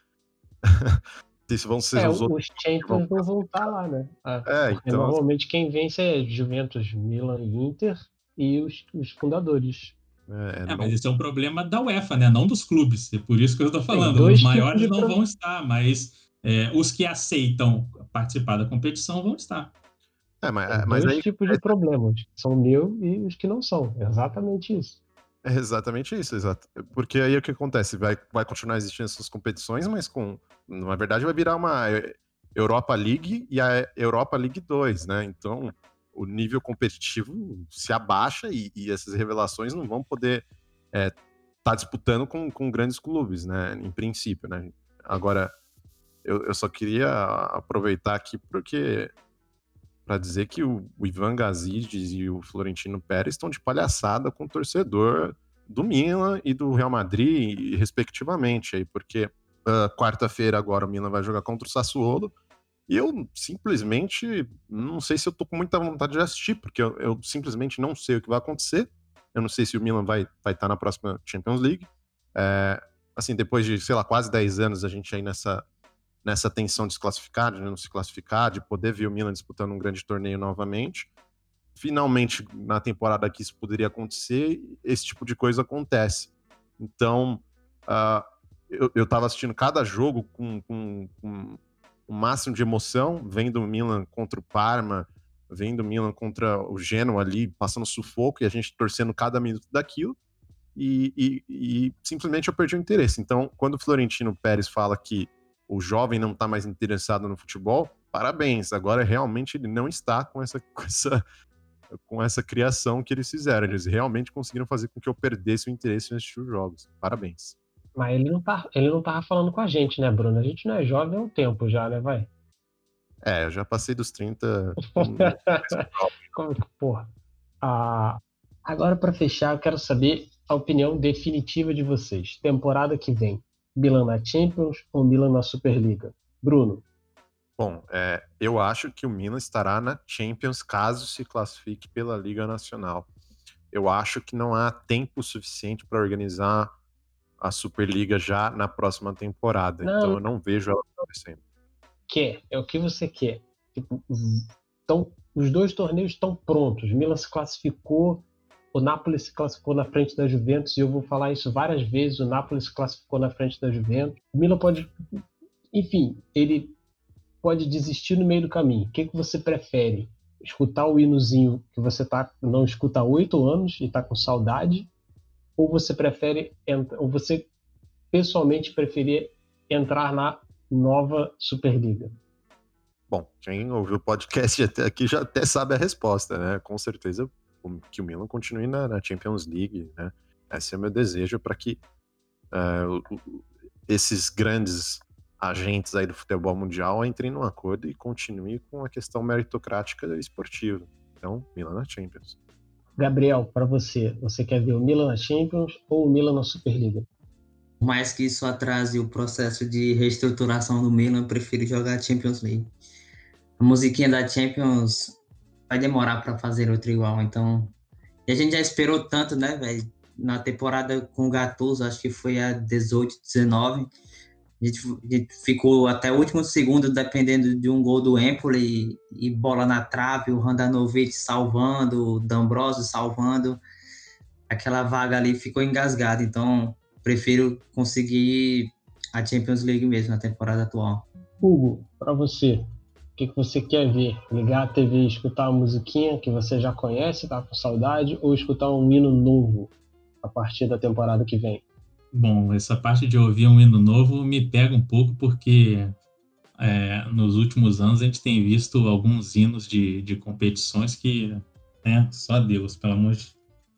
isso vão ser é, os outros. Os Champions vão voltar lá, né? Ah, é, porque então... normalmente quem vence é Juventus, Milan e Inter e os, os fundadores. É, é, não... Mas esse é um problema da UEFA, né? Não dos clubes. É por isso que eu estou falando. Os maiores não pro... vão estar, mas é, os que aceitam participar da competição vão estar. É, mas, Tem mas dois aí... tipos de problemas, que são mil e os que não são. É exatamente isso. É exatamente isso, exato. Porque aí o que acontece? Vai, vai continuar existindo essas competições, mas com, na verdade, vai virar uma Europa League e a Europa League dois, né? Então, o nível competitivo se abaixa e, e essas revelações não vão poder estar é, tá disputando com, com grandes clubes, né? Em princípio, né? Agora, eu, eu só queria aproveitar aqui porque para dizer que o, o Ivan Gazidis e o Florentino Pérez estão de palhaçada com o torcedor do Milan e do Real Madrid, respectivamente, aí, porque uh, quarta-feira agora o Milan vai jogar contra o Sassuolo e eu simplesmente não sei se eu tô com muita vontade de assistir, porque eu, eu simplesmente não sei o que vai acontecer. Eu não sei se o Milan vai estar vai tá na próxima Champions League. É, assim, depois de, sei lá, quase dez anos a gente aí nessa nessa tensão de se classificar, de não se classificar, de poder ver o Milan disputando um grande torneio novamente. Finalmente, na temporada que isso poderia acontecer, esse tipo de coisa acontece. Então, uh, eu, eu tava assistindo cada jogo com, com, com o máximo de emoção, vendo o Milan contra o Parma, vendo o Milan contra o Genoa ali, passando sufoco, e a gente torcendo cada minuto daquilo, e, e, e simplesmente eu perdi o interesse. Então, quando o Florentino Pérez fala que o jovem não está mais interessado no futebol, parabéns, agora realmente ele não está com essa, com essa, com essa criação que eles fizeram. Eles realmente conseguiram fazer com que eu perdesse o interesse em assistir os jogos. Parabéns. Mas ele não, tá, ele não tava falando com a gente, né, Bruno? A gente não é jovem há um tempo já, né, vai? É, eu já passei dos trinta. Como que, porra? Ah, agora, para fechar, eu quero saber a opinião definitiva de vocês. Temporada que vem, Milan na Champions ou Milan na Superliga? Bruno? Bom, é, eu acho que o Milan estará na Champions caso se classifique pela Liga Nacional. Eu acho que não há tempo suficiente para organizar a Superliga já na próxima temporada. Não, então eu não vejo ela acontecendo. Quer, é o que você quer. Tipo, então, os dois torneios estão prontos. Milan se classificou, o Napoli se classificou na frente da Juventus, e eu vou falar isso várias vezes, o Napoli se classificou na frente da Juventus. O Milan pode, enfim, ele pode desistir no meio do caminho. O que, que você prefere? Escutar o hinozinho que você tá, não escuta há oito anos e está com saudade? Ou você prefere, ou você pessoalmente preferir entrar na nova Superliga? Bom, quem ouviu o podcast até aqui já até sabe a resposta, né? Com certeza que o Milan continue na, na Champions League, né? Esse é o meu desejo para que uh, esses grandes agentes aí do futebol mundial entrem num acordo e continuem com a questão meritocrática esportiva. Então, Milan na Champions. Gabriel, para você, você quer ver o Milan na Champions ou o Milan na Superliga? Por mais que isso atrase o processo de reestruturação do Milan, eu prefiro jogar a Champions League. A musiquinha da Champions vai demorar para fazer outra igual, então... E a gente já esperou tanto, né, velho? Na temporada com o Gattuso, acho que foi a dezoito, dezenove, a gente, a gente ficou até o último segundo dependendo de um gol do Empoli e, e bola na trave, o Handanovic salvando, o D'Ambrosio salvando. Aquela vaga ali ficou engasgada, então prefiro conseguir a Champions League mesmo na temporada atual. Hugo, para você, o que, que você quer ver? Ligar a T V e escutar uma musiquinha que você já conhece, tá com saudade, ou escutar um hino novo a partir da temporada que vem? Bom, essa parte de ouvir um hino novo me pega um pouco porque é, nos últimos anos a gente tem visto alguns hinos de, de competições que, né, só Deus, pelo amor de Deus.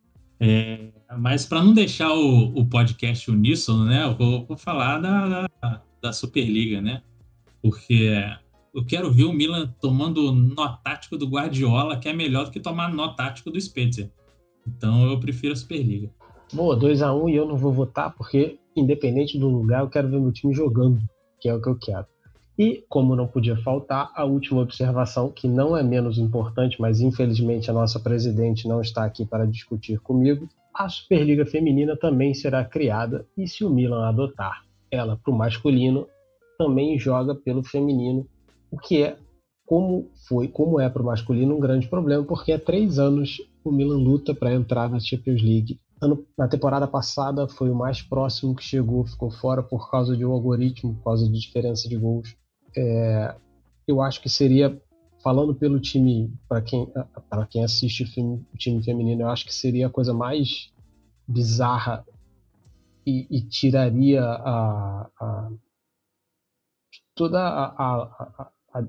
É, mas para não deixar o, o podcast uníssono, né, eu vou, vou falar da, da, da Superliga, né, porque eu quero ver o Milan tomando nó tático do Guardiola, que é melhor do que tomar nó tático do Spezia. Então eu prefiro a Superliga. Boa, dois a um e eu não vou votar porque, independente do lugar, eu quero ver meu time jogando, que é o que eu quero. E, como não podia faltar, a última observação, que não é menos importante, mas infelizmente a nossa presidente não está aqui para discutir comigo, a Superliga Feminina também será criada e se o Milan adotar ela para o masculino, também joga pelo feminino, o que é, como foi, como é para o masculino, um grande problema, porque há três anos o Milan luta para entrar na Champions League. Ano, na temporada passada foi o mais próximo que chegou, ficou fora por causa de um algoritmo, por causa de diferença de gols. É, eu acho que seria, falando pelo time, para quem, para quem assiste o time feminino, eu acho que seria a coisa mais bizarra e, e tiraria a, a, toda a, a, a,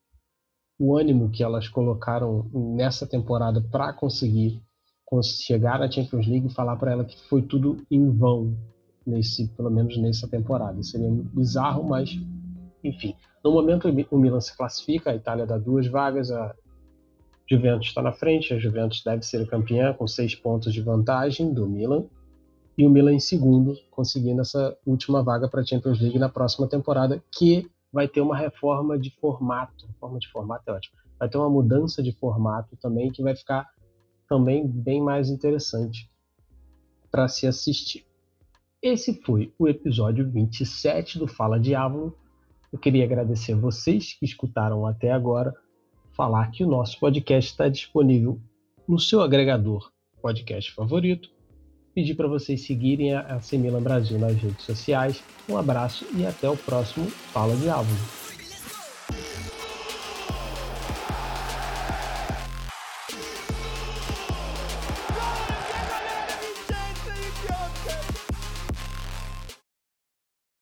o ânimo que elas colocaram nessa temporada para conseguir chegar na Champions League e falar para ela que foi tudo em vão, nesse, pelo menos nessa temporada. Seria muito bizarro, mas enfim. No momento o Milan se classifica, a Itália dá duas vagas, a Juventus está na frente, a Juventus deve ser campeã com seis pontos de vantagem do Milan, e o Milan em segundo, conseguindo essa última vaga para a Champions League na próxima temporada, que vai ter uma reforma de formato, reforma de formato é ótimo, vai ter uma mudança de formato também, que vai ficar também bem mais interessante para se assistir. Esse foi o episódio vinte e sete do Fala Diávolo. Eu queria agradecer a vocês que escutaram até agora, falar que o nosso podcast está disponível no seu agregador podcast favorito, pedir para vocês seguirem a A C Milan Brasil nas redes sociais. Um abraço e até o próximo Fala Diávolo.